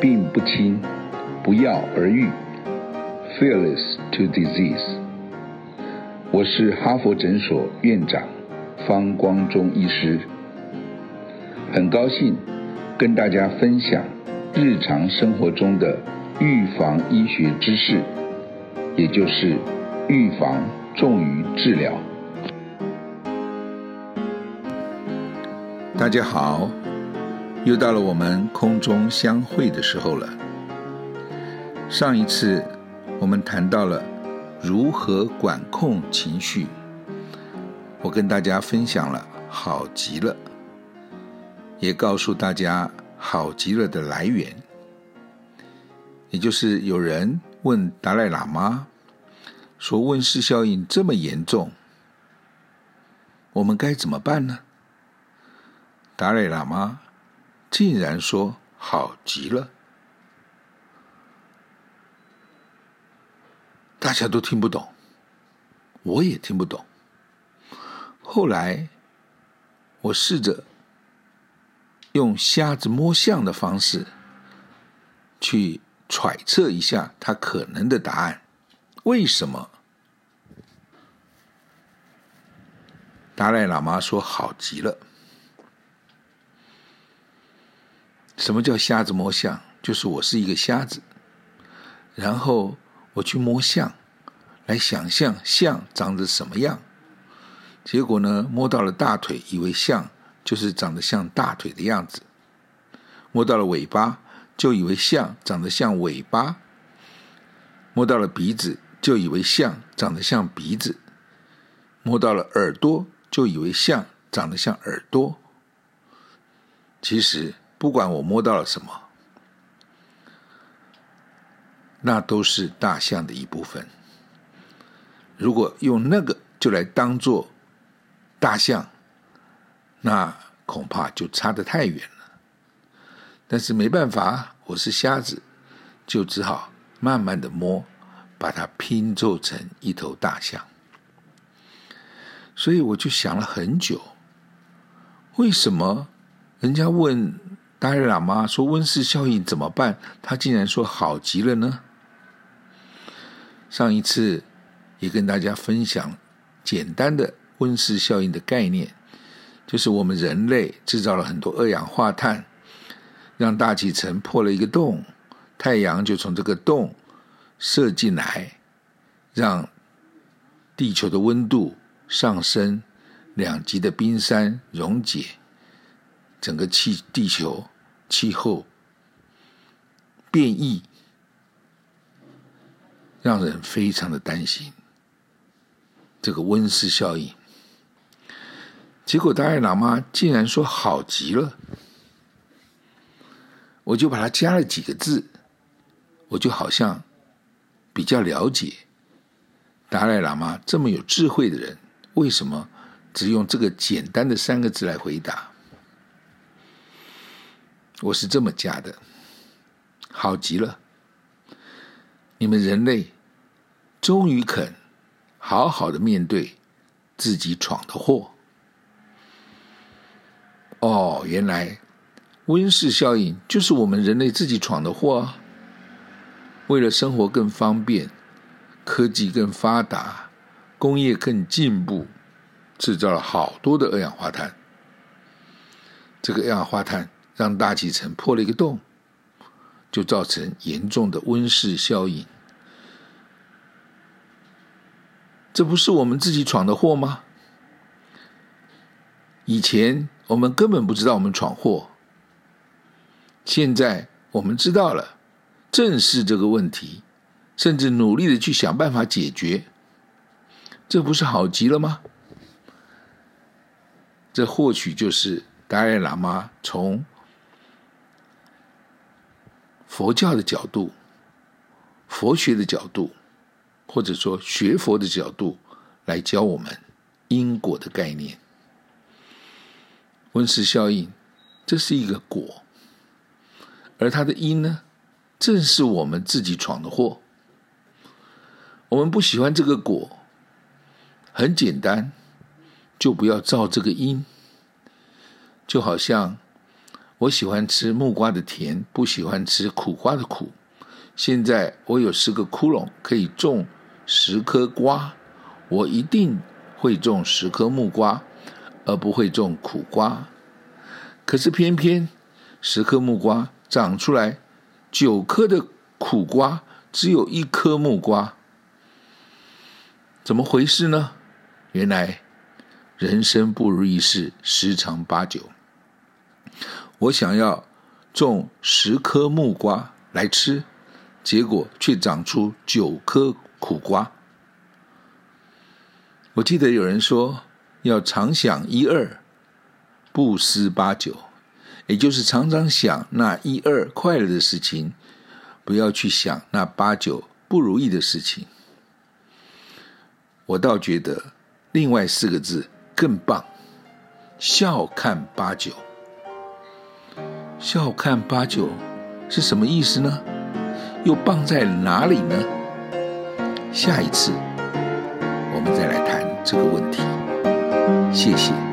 病不侵，不药而愈 Fearless to Disease。 我是哈佛诊所院长方光宗医师，很高兴跟大家分享日常生活中的预防医学知识，也就是预防重于治疗。大家好，又到了我们空中相会的时候了。上一次我们谈到了如何管控情绪，我跟大家分享了好极了，也告诉大家好极了的来源，也就是有人问达赖喇嘛说，温室效应这么严重，我们该怎么办呢？达赖喇嘛竟然说好极了，大家都听不懂，我也听不懂。后来我试着用瞎子摸象的方式去揣测一下他可能的答案。为什么达赖喇嘛说好极了？什么叫瞎子摸象？就是我是一个瞎子，然后我去摸象，来想象象长得什么样。结果呢，摸到了大腿，以为象就是长得像大腿的样子；摸到了尾巴，就以为象长得像尾巴；摸到了鼻子，就以为象长得像鼻子；摸到了耳朵，就以为象长得像耳朵。其实不管我摸到了什么，那都是大象的一部分。如果用那个就来当作大象，那恐怕就差得太远了。但是没办法，我是瞎子，就只好慢慢的摸，把它拼凑成一头大象。所以我就想了很久，为什么人家问达赖喇嘛说温室效应怎么办，他竟然说好极了呢？上一次也跟大家分享简单的温室效应的概念，就是我们人类制造了很多二氧化碳，让大气层破了一个洞，太阳就从这个洞射进来，让地球的温度上升，2极的冰山溶解，整个地球气候变异，让人非常的担心这个温室效应。结果达赖喇嘛竟然说好极了，我就把它加了几个字，我就好像比较了解达赖喇嘛这么有智慧的人，为什么只用这个简单的3个字来回答。我是这么加的：好极了，你们人类终于肯好好的面对自己闯的祸。哦，原来温室效应就是我们人类自己闯的祸啊！为了生活更方便，科技更发达，工业更进步，制造了好多的二氧化碳。这个二氧化碳让大气层破了一个洞，就造成严重的温室效应。这不是我们自己闯的祸吗？以前我们根本不知道我们闯祸，现在我们知道了，正视这个问题，甚至努力的去想办法解决，这不是好极了吗？这或许就是达赖喇嘛从佛教的角度、佛学的角度，或者说学佛的角度来教我们因果的概念。温室效应，这是一个果，而它的因呢，正是我们自己闯的祸。我们不喜欢这个果，很简单，就不要造这个因。就好像我喜欢吃木瓜的甜，不喜欢吃苦瓜的苦。现在我有10个窟窿，可以种10颗瓜，我一定会种10颗木瓜，而不会种苦瓜。可是偏偏10颗木瓜长出来9颗的苦瓜，只有1颗木瓜，怎么回事呢？原来人生不如意事十常八九。我想要种10颗木瓜来吃，结果却长出9颗苦瓜。我记得有人说，要常想1、2，不思8、9，也就是常常想那1、2快乐的事情，不要去想那8、9不如意的事情。我倒觉得另外4个字更棒，笑看8、9。笑看8、9是什么意思呢？又棒在哪里呢？下一次我们再来谈这个问题。谢谢。